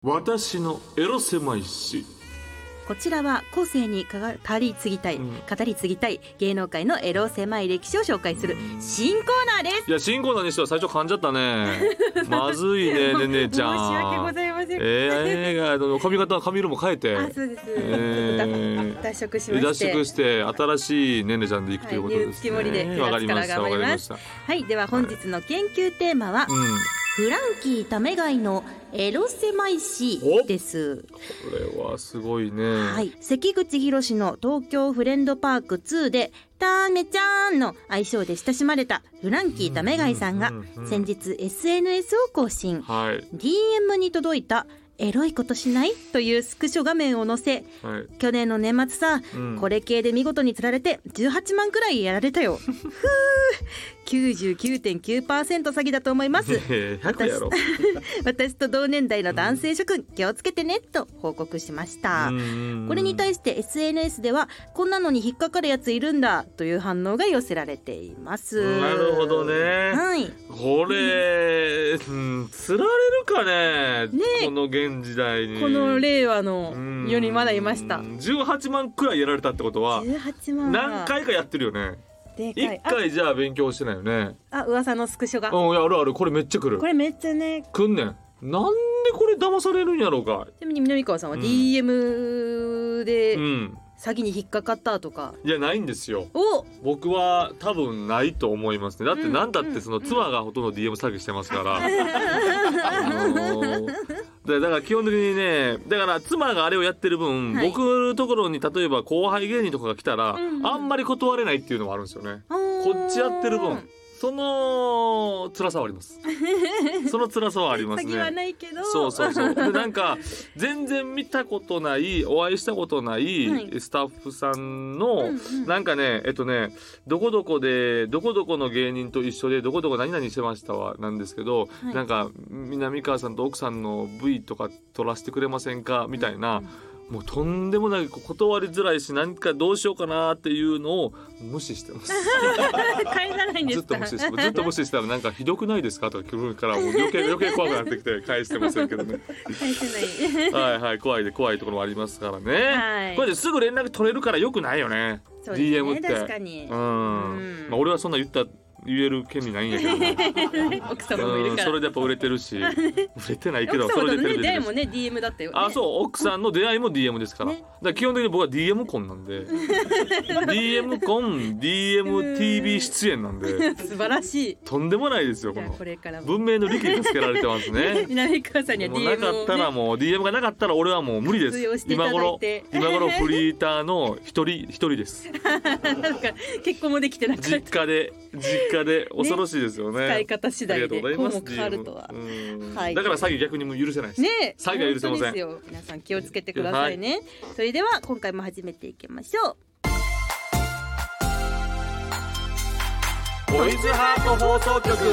私のエロ狭いし。 こちらは後世に語り継ぎたい芸能界のエロ狭い歴史を紹介する新コーナーです。 いや、新コーナーにしては最初噛んじゃったねまずいね、ねねちゃん。 申し訳ございません。 髪色も変えて、 そうです、脱色しまして、 脱色して新しいねねちゃんでいくということですね。 つき盛りで9月から頑張ります。はい、では本日の研究テーマは、フランキーためがいのエロ狭いしです。 これはすごいね。 はい、関口宏の東京フレンドパーク2でためちゃんの愛称で親しまれたフランキーためがいさんが先日 SNS を更新、DM に届いたエロいことしないというスクショ画面を載せ、去年の年末さ、これ系で見事に釣られて18万くらいやられたよふー 99.9% 詐欺だと思います 100やろ私と同年代の男性諸君、気をつけてねと報告しました。これに対して SNS ではこんなのに引っかかるやついるんだという反応が寄せられています。 なるほどね、はい、これ、釣られるか ねこの現時代に、 この令和の世にまだいました。 18万くらいやられたってことは 18万何回かやってるよね。1回じゃあ勉強してないよね。 噂のスクショが、 あるある。これめっちゃ来る。 これめっちゃね来んねん。なんでこれ騙されるんやろうか。 ちなみに南川さんは DM で詐欺に引っかかったとか、 いやないんですよ。僕は多分ないと思いますね。だってなんだってその妻がほとんど DM 詐欺してますからだから基本的にね、だから妻があれをやってる分、僕のところに例えば後輩芸人とかが来たら、あんまり断れないっていうのもあるんですよね。こっちやってる分その辛さはありますその辛さはありますね。 詐欺はないけど、 そうでなんか全然見たことないお会いしたことないスタッフさんの、なんかねどこどこでどこどこの芸人と一緒でどこどこ何々してましたわなんですけど、なんか南川さんと奥さんの V とか撮らせてくれませんかみたいな、もうとんでもない断りづらいし、何かどうしようかなっていうのを無視してます返さないんですか。 ずっと無視したら、なんかひどくないですかとか来るから、もう余計怖くなってきて返してませんけどね返せないはい、怖いところもありますからね、これですぐ連絡取れるからよくないよね。 そうですね、 DM って確かに、 俺はそんな言える権利ないんやけど、ね、 奥様もいるから、 それでやっぱ売れてるし売れてないけど、 奥様との、 それで出会いもね DM だったよね。 そう奥さんの出会いも DM ですから、だから基本的に僕は DM 婚なんでDM 婚 DMTV 出演なんで素晴らしい。 とんでもないですよ。このこれからも文明の利器に助けられてますね南川さんには DM を、ね、 なかったらもう DM がなかったら俺はもう無理です。今頃フリーターの一人ですなんか結婚もできてなかった。 実家で恐ろしいですよね。 使い方次第でこうも変わるとは、 だから詐欺逆にも許せないですね。詐欺は許せません。 皆さん気をつけてくださいね、それでは今回も始めていきましょう。 トイズハート放送局。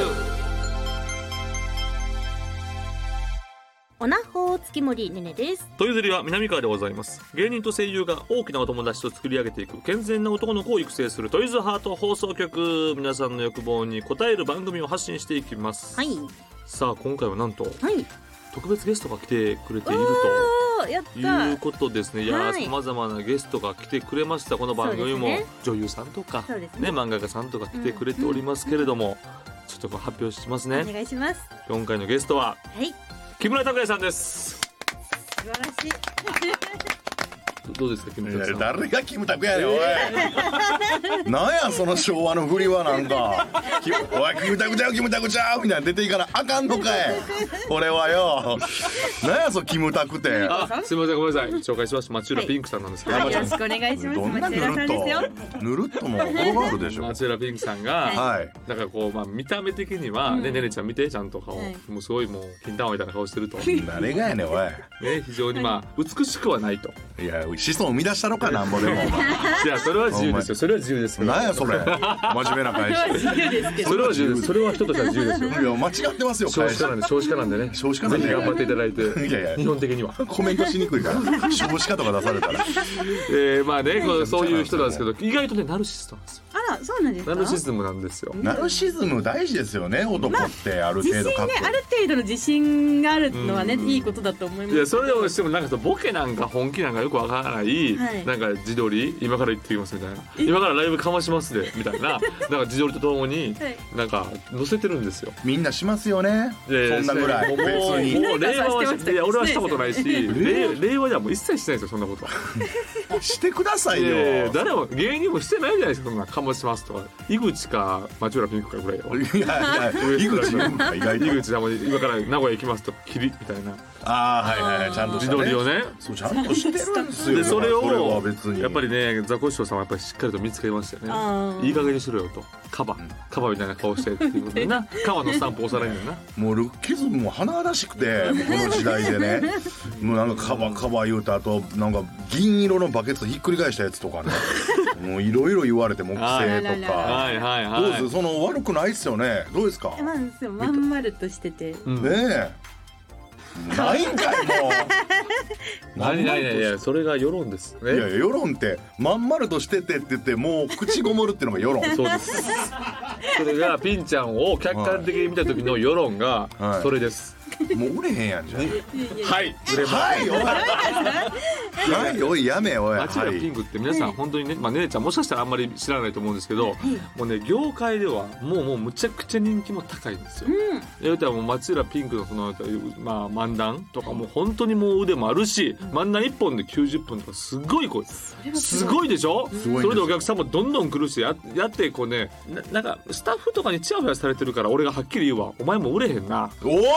おなほ月森ねねです。 トイズリは南川でございます。芸人と声優が大きなお友達と作り上げていく健全な男の子を育成するトイズハート放送局。皆さんの欲望に応える番組を発信していきます。さあ今回はなんと、特別ゲストが来てくれているということですね。いや、様々なゲストが来てくれました。この番組も女優さんとか、漫画家さんとか来てくれておりますけれども、ちょっと発表しますね。 お願いします。 今回のゲストは、木村拓哉さんです。 素晴らしいどうですか、キムタクさん。 誰がキムタクやねんおいなんやその昭和の振りは。なんかおいキムタクちゃうキムタクちゃうみたいな出ていかなあかんのかい俺はよ。なんやそのキムタクって。 すみません、ごめんなさい、紹介します。町浦ピンクさんなんですけど、 よろしくお願いします。 どんなぬるっとぬるっとも程があるでしょ。 町浦ピンクさんが、だからこう、見た目的にはね、ねねちゃん見てちゃんと顔、もうすごいもう金玉みたいな顔してると。 誰がやねんおい。 非常に美しくはないと。 いや子孫生み出したのかなんぼでも。 いやそれは自由ですよ。それは自由ですよ。 なんやそれ真面目な返し。 それは自由です。それは人としては自由ですよ。 いや間違ってますよ。 少子化なんでね。 少子化なんでぜひ頑張っていただいて。 いや日本的にはコメントしにくいから少子化とか出されたらまあね、そういう人なんですけど、意外とねナルシストなんですよ。 そうなんですか。 ナルシズムなんですよ。 ナルシズム大事ですよね、男ってある程度ある程度の自信があるのはね、いいことだと思います。 いやそれをしてもなんかボケなんか本気なんかよくわからない、なんか自撮り今から言ってきますみたいな、今からライブかましますでみたいななんか自撮りとともになんか載せてるんですよ。 みんなしますよね、そんなぐらい。別にもう令和はいや俺はしたことないし、令和ではもう一切してないですよ、そんなことは。 してくださいよ。 誰も芸人もしてないじゃないですか、そんなかましますとか。井口か町浦ピンクかぐらいよ。 いや井口か意外と。 井口はもう今から名古屋行きますとキリみたいな。 はいちゃんと自撮りをね。 そうちゃんとしてるんですよ。 でそれをやっぱりねザコシショウさんはやっぱりしっかりと見つけましたよね。いい加減にしろよと。カバみたいな顔してっていうことでな。カバのスタンプ押さないんだよな。 もうルッキズムも華々しくて、もうこの時代でねもうなんかカバ言うた後なんか銀色のバケツひっくり返したやつとかねもういろいろ言われて木星とか。どうですその悪くないっすよね。どうですか。 まん丸としてて、 ねえないんかいもういやそれが世論ですね。 いや世論ってまん丸としててって言ってもう口ごもるっていうのが世論。 そうです。それがピンちゃんを客観的に見た時の世論がそれです。 もう売れへんやんじゃん。 はい売れます。 はいおいやめおい。 町浦ピンクって皆さん本当にね、ねねちゃんもしかしたらあんまり知らないと思うんですけど、もうね業界ではもうむちゃくちゃ人気も高いんですよ。言うたらもう町浦ピンクのその漫談とかも本当にもう腕もあるし、漫談1本で90分とかすごいすごいでしょ。それでお客さんもどんどん来るしやってこうねなんかスタッフとかにチヤホヤされてるから俺がはっきり言うわ、お前も売れへんな。 おい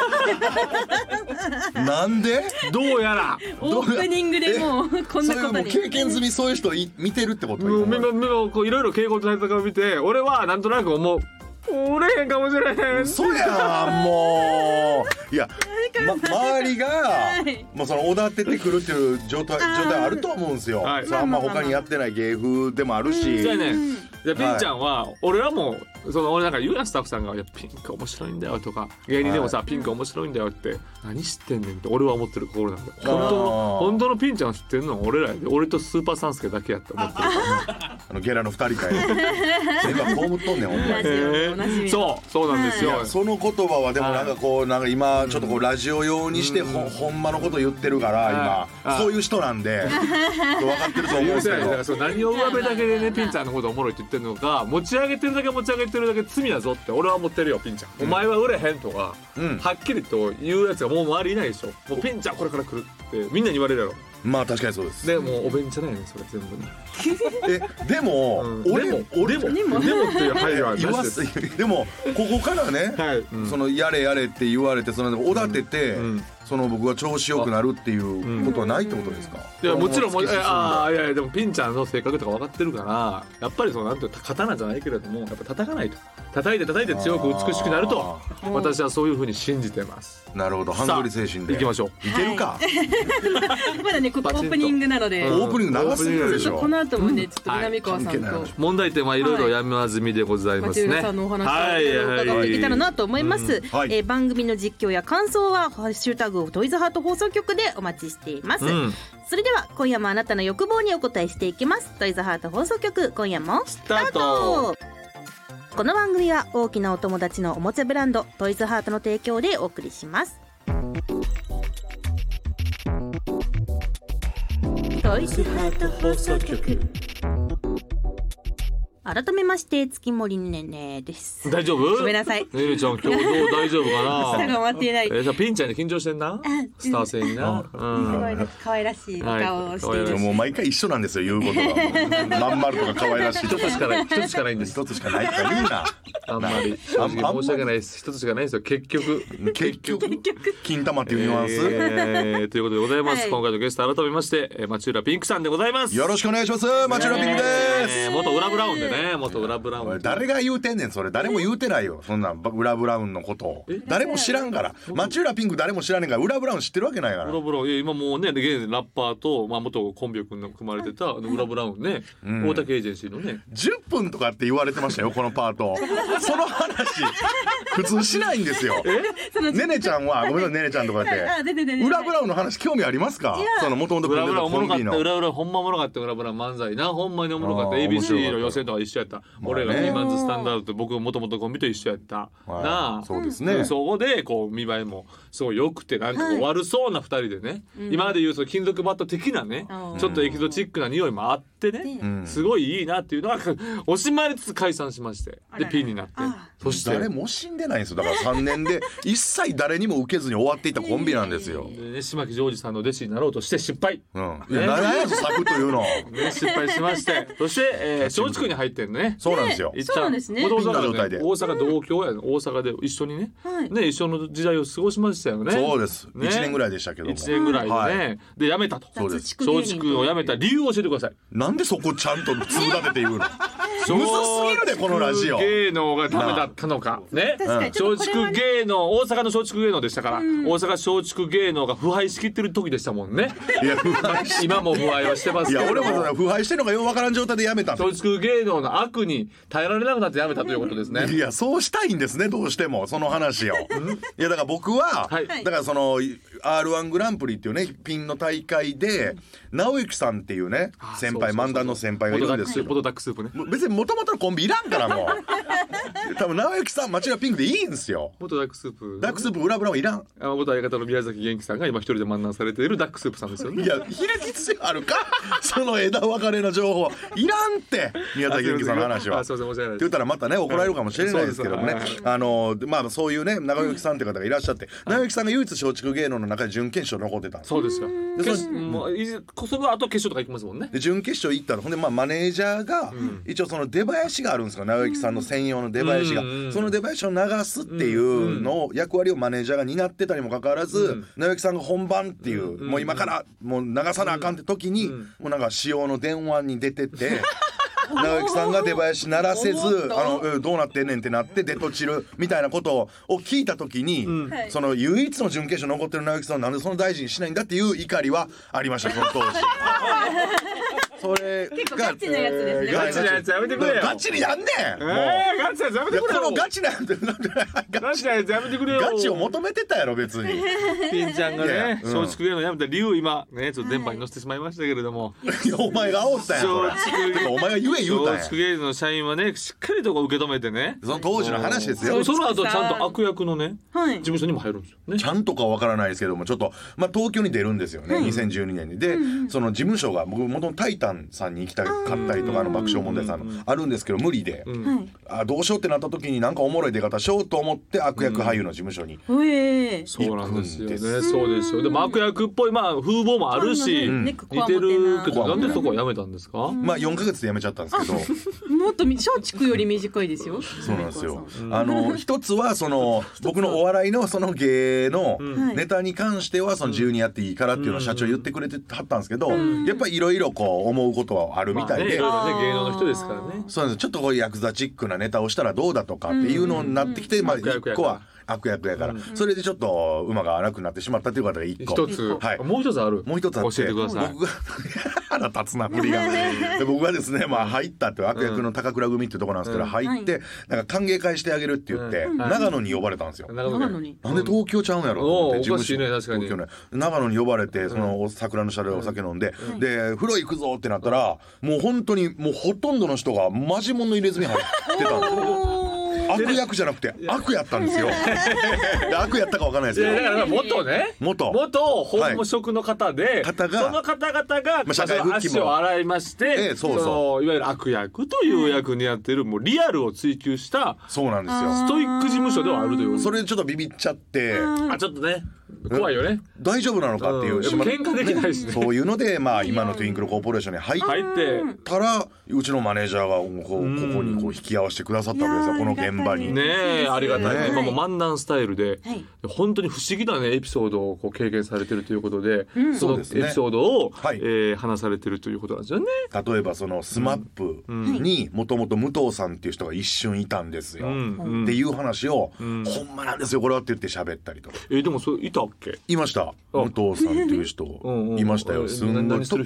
なんでどうやらオープニングでもうこんなことに経験済みそういう人見てるってこと。 いろいろ傾向と対策を見て俺はなんとなく思う売れへんかもしれへん。 そうやもういや、周りがもうそのおだててくるっていう状態あると思うんですよ。それあんま他にやってない芸風でもあるし。 じゃあねピンちゃんは俺はもう俺なんか言うやんスタッフさんがいやピンク面白いんだよとか芸人でもさピンク面白いんだよって何知ってんねんって俺は思ってる心なんだ。本当のピンちゃん知ってるのは俺らやで。俺とスーパーサンスケだけやって思ってるからゲラの2人かい今こうむっとんねんほんまに。 そうなんですよ。 その言葉はでもなんかこうなんか今ちょっとこうラジオ用にしてほんまのこと言ってるから今そういう人なんで分かってると思うんですけど。 だから何を上辺だけでねピンちゃんのことおもろいって言ってるのか持ち上げてるだけ罪だぞって俺は思ってるよ。ピンちゃんお前は売れへんとかはっきりと言うやつがもう周りいないでしょ。もうピンちゃんこれから来るってみんなに言われるやろ。 まあ確かにそうです。 でもうお弁じゃないねそれ全部に。 でも俺もっていう配慮はなしです。 でもここからねそのやれって言われてそのおだててその僕が調子よくなるっていうことはないってことですか。 いやもちろんいやでもピンちゃんの性格とか分かってるからやっぱりそのなんていう刀じゃないけれどもやっぱ叩かないと叩いて強く美しくなると私はそういう風に信じてます。 なるほど。ハングリ精神でいきましょう。 いけるか。 まだねオープニングなのでオープニング長すぎるでしょ。 この後もねちょっと南川さんと問題点はいろいろ山積みでございますね。 町浦さんのお話を伺っていけたらなと思います。番組の実況や感想はハッシュタグトイズハート放送局でお待ちしています。それでは今夜もあなたの欲望にお答えしていきます。トイズハート放送局今夜もスタート。この番組は大きなお友達のおもちゃブランドトイズハートの提供でお送りします。トイズハート放送局。改めまして月森ねねです。 大丈夫？ ごめんなさい。 ねねちゃん今日どう大丈夫かな？ 舌が回っていない。 ピンちゃんに緊張してんな。スター性にな。 すごい可愛らしい顔をしている。 もう毎回一緒なんですよ言うことが。まん丸とか可愛らしい。 一つしかないんです。 一つしかないとか言うな。 あんまり申し訳ないです。一つしかないですよ結局金玉っていうニュアンス。 ということでございます。今回のゲスト改めまして町浦ピンクさんでございます。 よろしくお願いします。町浦ピンクです。 元裏ブラウンでね元裏ブラウン。 誰が言うてんねんそれ。誰も言うてないよそんな裏ブラウンのことを。誰も知らんから町浦ピンク誰も知らねえから裏ブラウン知ってるわけないから。 裏ブラウン今もうね現在ラッパーと元コンビを組まれてた裏ブラウンね大竹エージェンシーのね 10分とかって言われてましたよこのパート。その話普通しないんですよ。ねねちゃんはごめんなさいねねちゃんとかって裏ブラウンの話興味ありますか。その元々組んでたコンビの裏ブラウンほんまおもろかった。裏ブラウン漫才なほんまにおもろかった。ABC の予選とか一緒やった、俺らピーマンズスタンダードと僕もともとコンビと一緒やったなあ。 そうですね。 そこでこう見栄えもすごい良くて、なんかこう悪そうな2人でね、今までいうその金属バット的なね、ちょっとエキゾチックな匂いもあってね、すごいいいなっていうのが惜しまれつつ解散しまして、でピンになって、そして誰も死んでないんですよ。だから3年で一切誰にも受けずに終わっていったコンビなんですよ。 でね、島木ジョージさんの弟子になろうとして失敗、 いや何や作というの、 失敗しまして、そして松竹に入ってんね。 そうなんですよ。 そうなんですね。 大阪同郷やね、大阪で一緒にね、一緒の時代を過ごしましたよね。 そうです。1年ぐらいでしたけども。 1年ぐらいでね、で辞めたと。 そうです。 松竹を辞めた理由を教えてください。 なんでそこちゃんと粒立てて言うの？むずすぎるねこのラジオ。 芸能がダメだったのかね。松竹芸能、大阪の松竹芸能でしたから、大阪松竹芸能が腐敗しきってる時でしたもんね。 いや腐敗今も腐敗はしてますけど。 いや俺も腐敗してるのがよくわからん状態で辞めた。 松竹芸能の悪に耐えられなくなって辞めたということですね。 いやそうしたいんですね、どうしてもその話を。いやだから僕は、だからその R1 グランプリっていうねピンの大会で直之さんっていうね先輩、漫談の先輩がいるんですよ。 ポトダックスープね。 別に元々のコンビいらんからもう多分直之さん間違いピンクでいいんですよ。 元ダックスープ、 ダックスープ裏裏はいらん。 元相方の宮崎元気さんが今一人で漫談されているダックスープさんですよね。 いや必要あるかその枝分かれの情報いらんって宮崎元気さんの話は。 すいません申し訳ないです。 って言ったらまたね怒られるかもしれないですけどもね、まあそういうね長之さんって方がいらっしゃって、長之さんが唯一松竹芸能の中で準決勝残ってたんです。 そうですよ。もうその後決勝とか行きますもんね。 で準決勝行ったらほんでマネージャーが一応その出囃子があるんですよ、長之さんの専用の出囃子が。その出囃子を流すっていうのを役割をマネージャーが担ってたにもかかわらず、長之さんが本番っていうもう今からもう流さなあかんって時にもうなんか使用の電話に出てて長之さんが出囃子鳴らせずどうなってんねんってなって出とちるみたいなことを聞いた時に、その唯一の準決勝残ってる長之さんなんでその大事にしないんだっていう怒りはありましたその当時。それが結構ガチなやつですね。 ガチなやつやめてくれよ。 ガチにやんねん。もうガチなやつやめてくれよ。 このガチなやつガチなやつやめてくれよ。 ガチを求めてたやろ別に。 ピンちゃんがね松竹芸能やめた理由今ねちょっと電波に乗せてしまいましたけれども、 いやお前が煽ったんや松竹お前が言うたんや。 松竹芸能の社員はねしっかりと受け止めてね、 その当時の話ですよ。 その後ちゃんと悪役のね事務所にも入るんですよね。 ちゃんとかわからないですけどもちょっと東京に出るんですよね2012年に。でその事務所が僕元々タイタンさんに行きたい買ったりとか爆笑問題さんのあるんですけど無理で、どうしようってなった時になんかおもろい出方しようと思って悪役俳優の事務所に行くんです。 そうなんですよね。そうですよ。でも悪役っぽい風貌もあるし似てるけど、なんでそこは辞めたんですか。 4ヶ月で辞めちゃったんですけどもっと松竹より短いですよ。 そうなんですよ。一つはその僕のお笑いのその芸のネタに関してはその自由にやっていいからっていうのを社長言ってくれてはったんですけど、やっぱりいろいろこう思うことはあるみたいで、 芸能の人ですからね。 そうなんです。ちょっとこうヤクザチックなネタをしたらどうだとかっていうのになってきて、1個は悪役やから、それでちょっと馬が荒くなってしまったという方が1個。 一つ、もう一つある。 もう一つあって教えてください。 僕が腹立つな振りがで僕がですね入ったって悪役の高倉組っていうところなんですけど、入ってなんか歓迎会してあげるって言って長野に呼ばれたんですよ。 長野になんで東京ちゃうんやろと思っておかしいね確かに。 長野に呼ばれてその桜の下でお酒飲んでで風呂行くぞってなったらもう本当にもうほとんどの人がマジモンの入れ墨入ってたんですよ。悪役じゃなくて悪やったんですよ。悪やったか分かんないですけど、 だから元本職の方で、その方々が足を洗いまして、いわゆる悪役という役にやってるもうリアルを追求したそうなんですよストイック事務所ではあるという。 それでちょったビビっちゃってちょっとね怖いよね。 大丈夫なのかっていう喧嘩できないしね。 そういうので今のトゥインクルコーポレーションに入ってたらうちのマネージャーがここにこう引き合わせてくださったわけですよ、この現場に。 ねえありがたい。今も漫談スタイルで本当に不思議なねエピソードをこう経験されてるということで、そのエピソードを話されてるということなんですよね。 例えばそのスマップにもともと武藤さんっていう人が一瞬いたんですよっていう話をほんまなんですよこれはって言って喋ったりとか。 でもそれいたっけ。 いました。武藤さんっていう人いましたよ。すんごい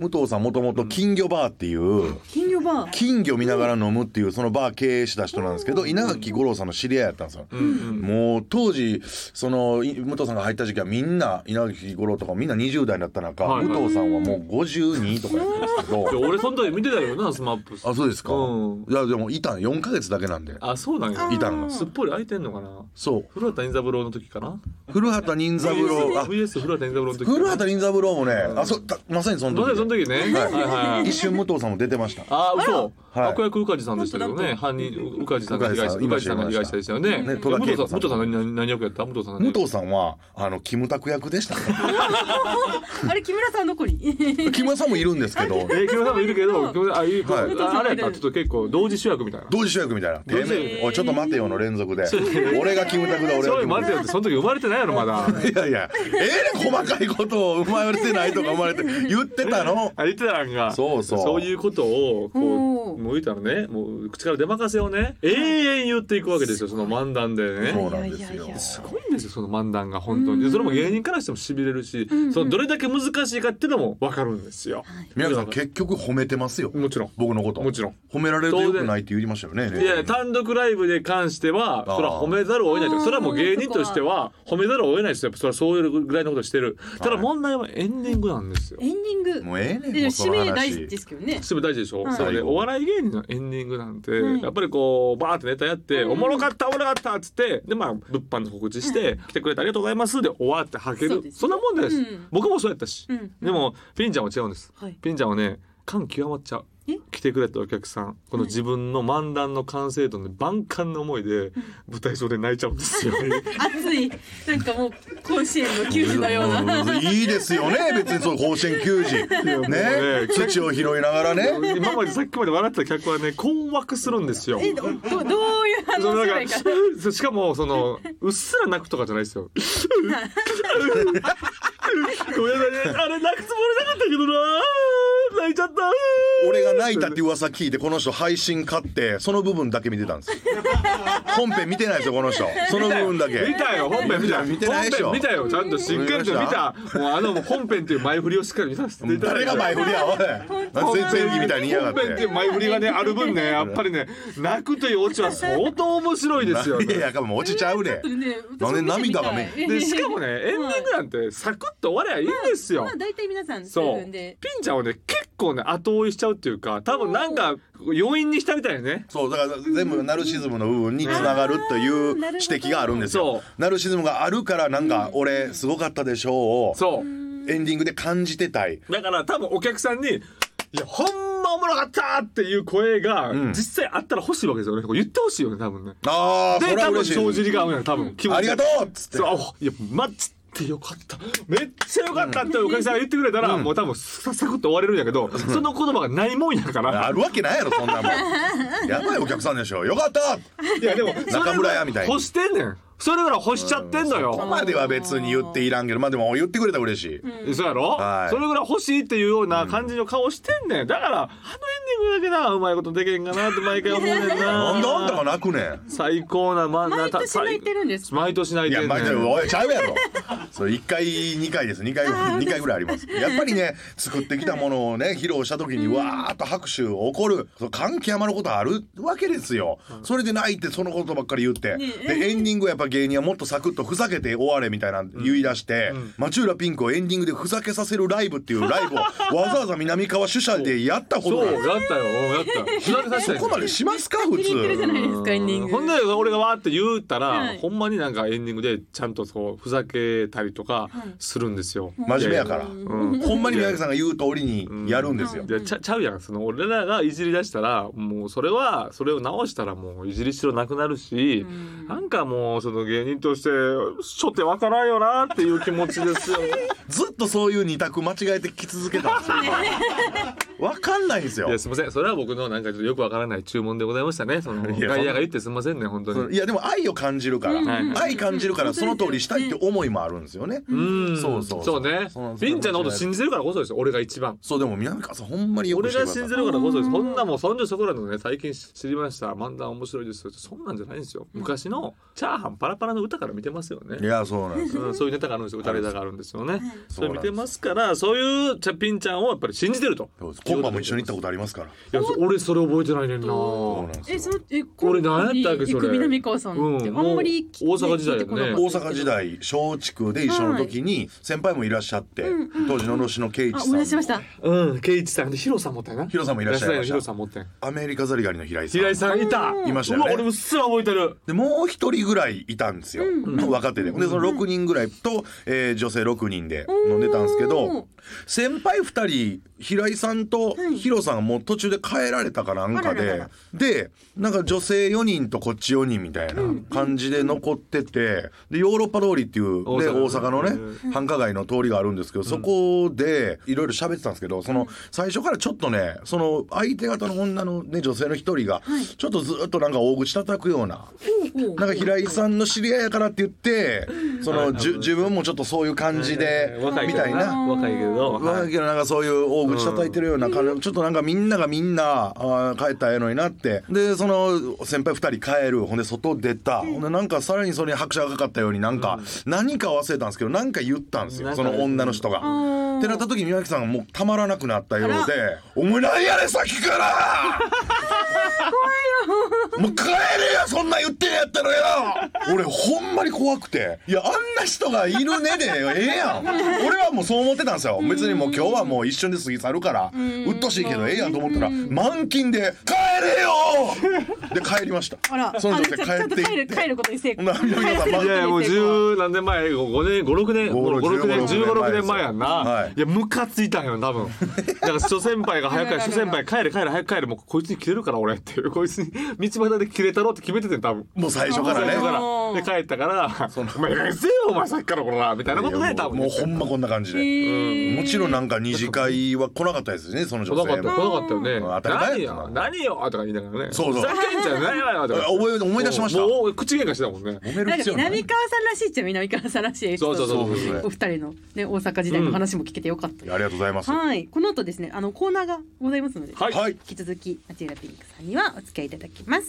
武藤さんもともと金魚バーっていう金魚見ながら飲むっていうそのバー経営した人なんですけど、稲垣吾郎さんの知り合いやったんですよ、もう当時その武藤さんが入った時期はみんな稲垣吾郎とかみんな20代だった中、武藤さんはもう52とかやったんですけど俺その時見てたよな、スマップ。 あ、そうですか、いやでもいたん4ヶ月だけなんで。 あ、そうなんや。 いたのがすっぽり空いてんのかな。 そう、 古畑任三郎の時かな。 古畑任三郎、 VS 古畑任三郎の時。 古畑任三郎もね、まさにその時、 その時ね、 一瞬武藤さんも出てました。 あ、嘘。悪役宇梶さんでしたけどね。犯人宇梶さんが被害者でしたよね。武藤さん何役やった？武藤さんはキムタク役でした。 あれ木村さんどこに？ 木村さんもいるんですけど。 木村さんもいるけど、あれやったらちょっと結構同時主役みたいな。 同時主役みたいな。おいちょっと待てよの連続で。俺がキムタクだ、俺がキムタクだ。 ちょ待てよってその時生まれてないやろまだ。 いや細かいことを生まれてないとか生まれて言ってたの。 言ってたんが。そういうことをこうもう言ったらね、もう口から出まかせをね永遠言っていくわけですよ、その漫談でね。 そうなんですよ。 すごいんですよその漫談が本当に。それも芸人からしてもしびれるし、そのどれだけ難しいかっていうのも分かるんですよ。 宮さん結局褒めてますよ。 もちろん僕のこともちろん褒められるとよくないって言いましたよね。 いや単独ライブで関してはそれは褒めざるを得ないと。それはもう芸人としては褒めざるを得ないですよ。それはそういうぐらいのことしてる。ただ問題はエンディングなんですよ。 エンディングもうええねん。 締め大事ですけどね。 締め大事でしょ。それでお笑い芸人のエンディングなんてやっぱりこうバーってネタやっておもろかったっつってで物販の告知して来てくれてありがとうございますで終わってはける。そんなもんです。僕もそうやったし。でもピンちゃんは違うんです。ピンちゃんはね感極まっちゃう。来てくれたお客さんこの自分の漫談の完成度に万感の思いで舞台上で泣いちゃうんですよ。 熱いなんかもう甲子園の球児のような。 いいですよね別にそう甲子園球児ね土を拾いながらね。 今までさっきまで笑ってた客はね困惑するんですよ。 どういう反応すればいいか。 しかもそのうっすら泣くとかじゃないですよ。ごめんなさいねあれ泣くつもりなかったけどな泣いちゃった。 俺が泣いたって噂聞いてこの人配信買ってその部分だけ見てたんですよ。本編見てないですよこの人。その部分だけ見たよ。本編見てないでしょ。見たよちゃんとしっかりと見た。もう本編っていう前振りをしっかり見させていただいて。 誰が前振りやおい。全然みたいに言いやがって。 本編っていう前振りがねある分ねやっぱりね泣くというオチは相当面白いですよね。 いやもう落ちちゃうね。なんで涙が目でしかもねエンディングなんてサクッと終わりゃいいんですよ。 大体皆さんそうるんで。 ピンちゃんはね結構ね後追いしちゃうっていうか多分なんか要因にしたみたいね。 そうだから全部ナルシズムの部分につながるという指摘があるんですよ。ナルシズムがあるからなんか俺すごかったでしょうをエンディングで感じてたい。 だから多分お客さんにいやほんまおもろかったっていう声が実際あったら欲しいわけですよね。言ってほしいよね多分ね。 ああそれは嬉しい。 で多分帳尻が合うやん多分。 ありがとうっつって。 いやマジでよかっためっちゃよかったってお客さんが言ってくれたらもう多分サクッと終われるんやけどその言葉がないもんやからあるわけないやろそんなもん。やばいお客さんでしょ。よかった。 いやでも中村屋みたいに欲してんねん。それぐらい欲しちゃってんのよ。 そこまでは別に言っていらんけどまあでも言ってくれたら嬉しい。 そうやろ。それぐらい欲しいっていうような感じの顔してんねん。だからエンディングだけなうまいことできへんかなって毎回思うねんな。 なんであんたが泣くねん。 最高な毎年泣いてるんです。 毎年泣いてるねん。 いやおいちゃうやろ。それ1回2回です。2回ぐらいあります。やっぱりね作ってきたものをね披露した時にわーっと拍手起こる感極まることあるわけですよ。それで泣いてそのことばっかり言ってでエンディングやっぱ芸人はもっとサクッとふざけて終われみたいな言い出して町浦ピンクをエンディングでふざけさせるライブっていうライブをわざわざ南川主催でやったことなんです。 そうやったよやったそこまでしますか普通。 ほんで俺がわーって言ったらほんまになんかエンディングでちゃんとそうふざけたりとかするんですよ。 真面目やからほんまに宮崎さんが言う通りにやるんですよ。 ちゃうやんその俺らがいじり出したらもうそれを直したらもういじりしろなくなるしなんかもうその芸人としてしょってわからんよなっていう気持ちですよ。 ずっとそういう二択間違えてき続けたんですよ。わかんないんですよ。 いやすみませんそれは僕のなんかちょっとよくわからない注文でございましたね。その外野が言ってすみませんね本当に。 いやでも愛を感じるから愛感じるからその通りしたいって思いもあるんですよね。 そうね。ピンちゃんのこと信じてるからこそですよ俺が一番。 そうでも南川さんほんまによくしてください。 俺が信じるからこそです。そんなもうそんじょそこらのね最近知りました漫談面白いですよそんなんじゃないんですよ。昔のチャーハンパラパラの歌から見てますよね。 いやそうなんですそういうネタがあるんですよ。歌ネタがあるんですよね。そういう見てますから、そういうチャピンちゃんをやっぱり信じてると。 今晩も一緒に行ったことありますから。 いや俺それ覚えてないねんな。俺何やったっけそれ。 南川さんってあんまり大阪時代だよね。 大阪時代松竹で一緒の時に先輩もいらっしゃって、当時のろしの圭一さん、 思い出しました。 圭一さんでヒロさんもったよな。 ヒロさんもいらっしゃいました。 ヒロさんもったよ。 アメリカザリガニの平井さんいた。 いましたよね。 俺もすら覚えてる。 でもう一人ぐらいいたんですよ、若手で。でその6人ぐらいと、女性6人で飲んでたんですけど、先輩2人平井さんとヒロさんがもう途中で帰られたかなんかで、でなんか女性4人とこっち4人みたいな感じで残ってて、でヨーロッパ通りっていうで大阪のね繁華街の通りがあるんですけど、そこでいろいろ喋ってたんですけど、その最初からちょっとね、その相手方の女のね女性の一人がちょっとずっとなんか大口叩くような、なんか平井さんの知り合いやからって言ってその自分もちょっとそういう感じでみたいな、 若いけどなんかそういう大口叩いてるような感じ、ちょっとなんかみんなが帰ったらええのになって、でその先輩2人帰る、ほんで外出た、ほんでなんかさらにそれに拍車がかかったようになんか何か忘れたんですけど、なんか言ったんですよ、その女の人が。ってなった時に宮脇さんがもうたまらなくなったようで、お前何やねんさっきからもう帰れよ、そんな言ってんやったらよ。俺ほんまに怖くて、いやあんな人がいるねでええやん。俺はもうそう思ってたんですよ。別にもう今日はもう一瞬で過ぎ去るからうっとしいけどええやんと思ったら、満勤で帰れよで帰りました。その女性帰っていって帰ることに成功。 いやもう10何年前、5年5、6年15、6年前やんな。いやムカついたんよ多分。だから諸先輩が早く諸先輩帰れ早く帰れ、もうこいつに切れるから俺っていう、こいつに道端で切れたろって決めてて多分。 もう最初からね。 で帰ったからお前何せよお前さっきからこらみたいなことで多分。 もうほんまこんな感じで。もちろんなんか二次会は来なかったですね、その女性も。 来なかったよね。 当たり前やったな。何よとか言いながらね。 そうそう。 ふざけんじゃないわよとか。 思い出しました。 もう口喧嘩してたもんね。 南川さんらしいっちゃ南川さんらしいエピソード。お二人のね大阪時代の話も聞けてよかった。 ありがとうございます。 はい。この後ですね、コーナーがございますので、 引き続き町浦ピンクさんにはお付き合いいただきます。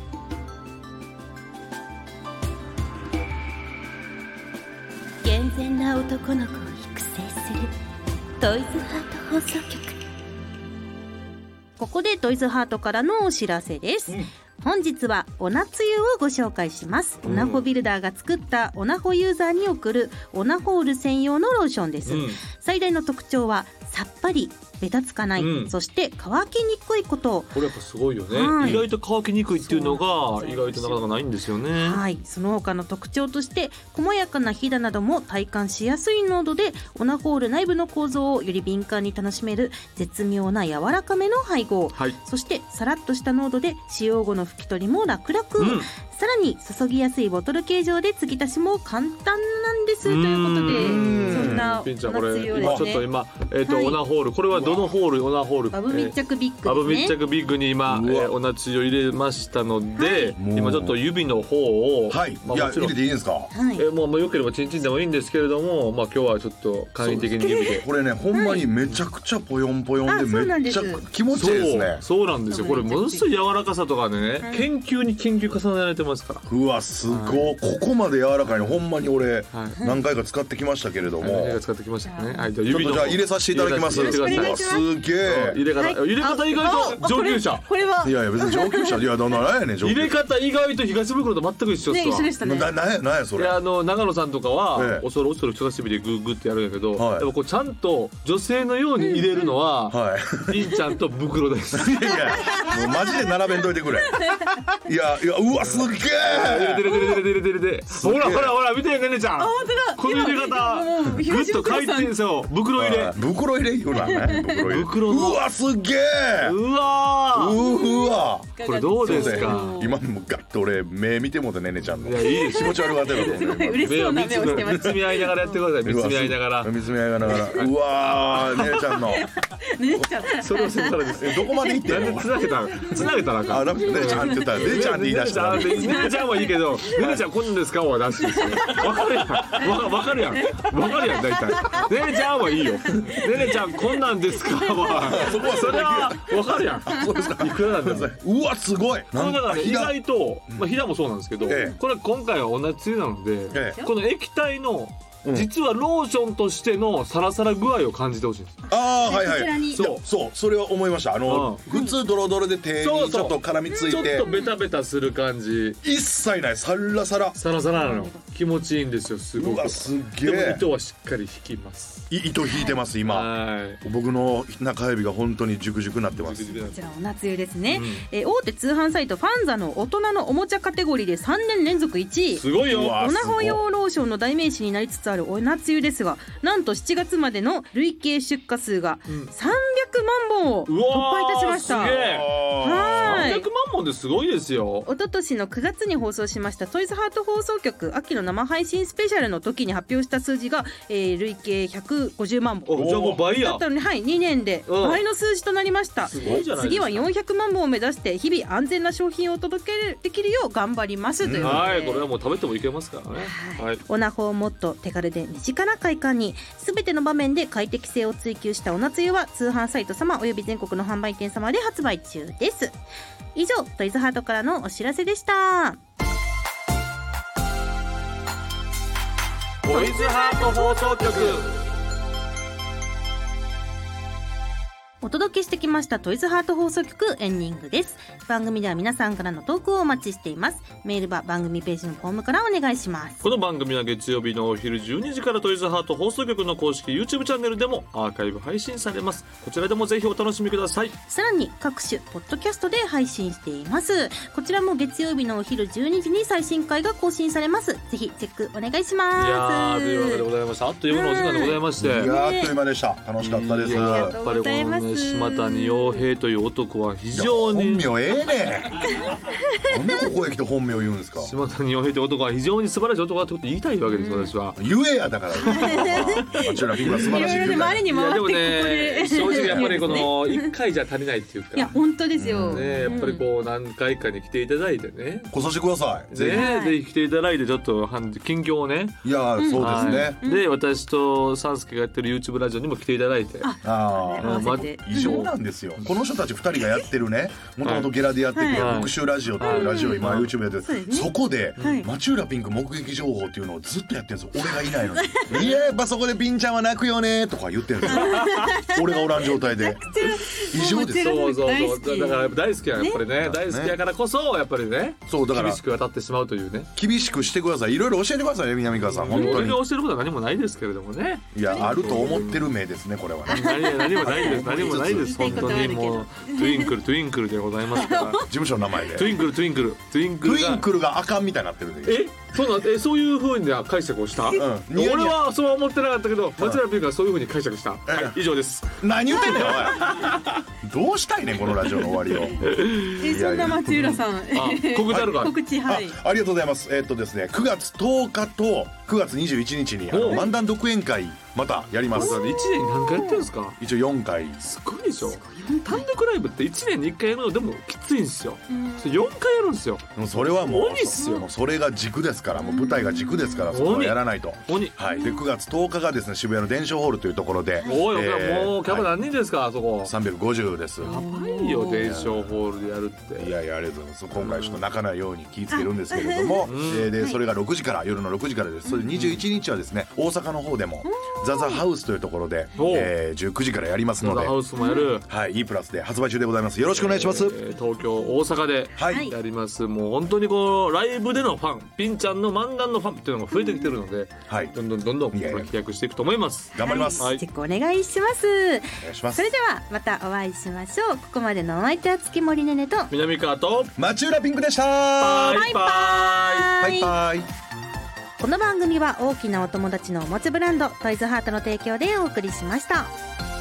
健全な男の子を育成するトイズハート放送局。 ここでトイズハートからのお知らせです。本日はオナつゆをご紹介します。オナホビルダーが作ったオナホユーザーに送るオナホール専用のローションです。最大の特徴はさっぱり、べたつかない、そして乾きにくいこと。 これやっぱすごいよね、意外と乾きにくいっていうのが意外となかなかないんですよね。 はい、その他の特徴として細やかなひだなども体感しやすい濃度で、オナホール内部の構造をより敏感に楽しめる絶妙な柔らかめの配合、そしてさらっとした濃度で使用後の拭き取りも楽々、さらに注ぎやすいボトル形状で継ぎ足しも簡単なんですということで、そんなピンちゃんこれ今ちょっと今オナホール、これはどのホール、オナホールバブ密着ビッグですね。 バブ密着ビッグに今オナつゆを入れましたので、今ちょっと指の方をいや入れていいんですか。 もうよければチンチンでもいいんですけれども、まあ今日はちょっと簡易的に指で。 これねほんまにめちゃくちゃポヨンポヨンでめっちゃ気持ちいいですね。 そうなんですよ。これものすごい柔らかさとかでね、研究に研究重ねられてますから。 うわすごい、ここまで柔らかいのほんまに俺何回か使ってきましたけれども、 使ってきましたね。 ちょっとじゃあ入れさせていただきます。すげえ入れ方意外と上級者。 これはいやいや別に上級者、いや何やねん入れ方意外と東袋と全く一緒ですわ。 一緒でしたね。 何やそれ。 長野さんとかは恐る恐る人差し指でグーグーってやるんやけど、やっぱこうちゃんと女性のように入れるのはりんちゃんと袋です。 いやいやもうマジで並べんといてくれ。いやうわすげえ入れてほら見てねねちゃん、この入れ方グッと回転そう、袋入れ言うなね。 袋のうわすげえ、 うわこれどうですか。 今もガッと俺目見てもうてねねちゃんの。 いやいいです、 気持ち悪がってる。 嬉しそうな目をしてます。 見つめ合いながらやってください。見つめ合いながら。 うわねねちゃんの。 それをせたらですね。 どこまで行ってんの。 つなげたらあかん。 ねねちゃんって言ったらねねちゃんって言い出した。 ねねちゃんはいいけど、ねねちゃんこんなんですかはなしですよ。わかるやん大体。ねねちゃんはいいよ。ねねちゃんこんなんですかはそれはわかるやん。 そうですか。 いくらなんですか。 うわすごい。 これだから意外とひだもそうなんですけど、これ今回はおなつゆなので、この液体の実はローションとしてのサラサラ具合を感じてほしいんです。 ああはいはい。 こちらにそうそれは思いました。普通ドロドロで手にちょっと絡みついてちょっとベタベタする感じ一切ない。サラサラなの。気持ちいいんですよ。すごく。 すげえ。 でも糸はしっかり引きます。 糸引いてます今。僕の中指が本当にジュクジュクなってます。 こちらお夏湯ですね、大手通販サイトファンザの大人のおもちゃカテゴリーで3年連続1位。 すごいよ。 オナホ用ローションの代名詞になりつつあるお夏湯ですが、なんと7月までの累計出荷数が300万本を突破いたしました。 すげえ。 はい、 300万本ですごいですよ。 一昨年の9月に放送しましたトイズハート放送局秋の生配信スペシャルの時に発表した数字が、累計150万本。 じゃあもう倍や。 だったのに、はい、2年で倍の数字となりました。 すごいじゃないですか。 次は400万本を目指して日々安全な商品をお届けできるよう頑張りますということで、 はい、これはもう食べてもいけますからね。はい、 オナホをもっと手軽で身近な快感に、全ての場面で快適性を追求したお夏湯は通販サイト様および全国の販売店様で発売中です。以上トイズハートからのお知らせでした。 トイズハート放送局。 お届けしてきましたトイズハート放送局エンディングです。番組では皆さんからのトークをお待ちしています。メールは番組ページのフォームからお願いします。 この番組は月曜日のお昼12時からトイズハート放送局の公式 YouTube チャンネルでもアーカイブ配信されます。こちらでもぜひお楽しみください。 さらに各種ポッドキャストで配信しています。こちらも月曜日のお昼12時に最新回が更新されます。ぜひチェックお願いします。 いやー、というわけでございました。あっという間のお時間でございまして、 いやーあっという間でした。楽しかったです。 やっぱりこのね島谷洋平という男は非常に本名ええねなんでここへ来て本名を言うんですか。 島谷洋平という男は非常に素晴らしい男だってことを言いたいわけです、私は。 言えやだからマチュラピンクは素晴らしい。 いろいろ周りに回ってここで正直やっぱりこの1回じゃ足りないっていうか、 いや本当ですよ、 ね、やっぱりこう何回かに来ていただいてね、 来させてください。 ぜひ来ていただいてちょっと近況をね。 いやそうですね、 で私とサンスケがやってる YouTube ラジオにも来ていただいて、 異常なんですよ。この人たち2人がやってるね、もともとゲラでやってて特集ラジオというラジオを今 YouTube やってる、そこで町浦ピンク目撃情報っていうのをずっとやってるんですよ。俺がいないのにいややっぱそこでピンちゃんは泣くよねとか言ってるんですよ俺がおらん状態で。異常です。 そうだから大好きややっぱりね、大好きやからこそやっぱりね、そうだから厳しく当たってしまうというね。 厳しくしてください。いろいろ教えてくださいね南川さん。本当に俺が教えることは何もないですけれどもね。 いやあると思ってる目ですねこれはね。 何もないです何もないです本当に。もうトゥインクルでございますから事務所の名前でトゥインクルがあかんみたいになってるんで。 そういう風に解釈をした、俺はそうは思ってなかったけど町浦ピンクはそういう風に解釈した、以上です。 何言ってんねんおいどうしたいねんこのラジオの終わりをそんな町浦さん告知あるか。 告知、はい、 ありがとうございます。ですね9月10日と9月21日に漫談独演会またやります。 1年に何回やってるんですか。 一応4回。 すごいでしょ。単独ライブって1年に1回やるのでもきついんですよ。4回やるんですよ。 それはもう鬼っすよ。 もうそれが軸ですから、もう舞台が軸ですから、そこはやらないと。はい。で9月10日がですね渋谷の伝承ホールというところで、 もうキャパ何人ですか、あそこ。 350です。 やばいよ伝承ホールでやるって。 いやいやありがとうございます。今回ちょっと泣かないように気ぃつけるんですけれども、でそれが6時から夜の6時からです。それで21日はですね大阪の方でもザザハウスというところで19時からやりますので、 ザザハウスもやる。 はい、E プラスで発売中でございます。よろしくお願いします。 東京大阪でやります。もう本当にこうライブでのファン、ピンちゃんの漫談のファンっていうのが増えてきてるので、どんどん飛躍していくと思います。 頑張ります。 チェックお願いします。お願いします。それではまたお会いしましょう。ここまでのお相手は月森ねねと南川と町浦ピンクでした。 バイバイバイ。 この番組は大きなお友達のおもちゃブランドトイズハートの提供でお送りしました。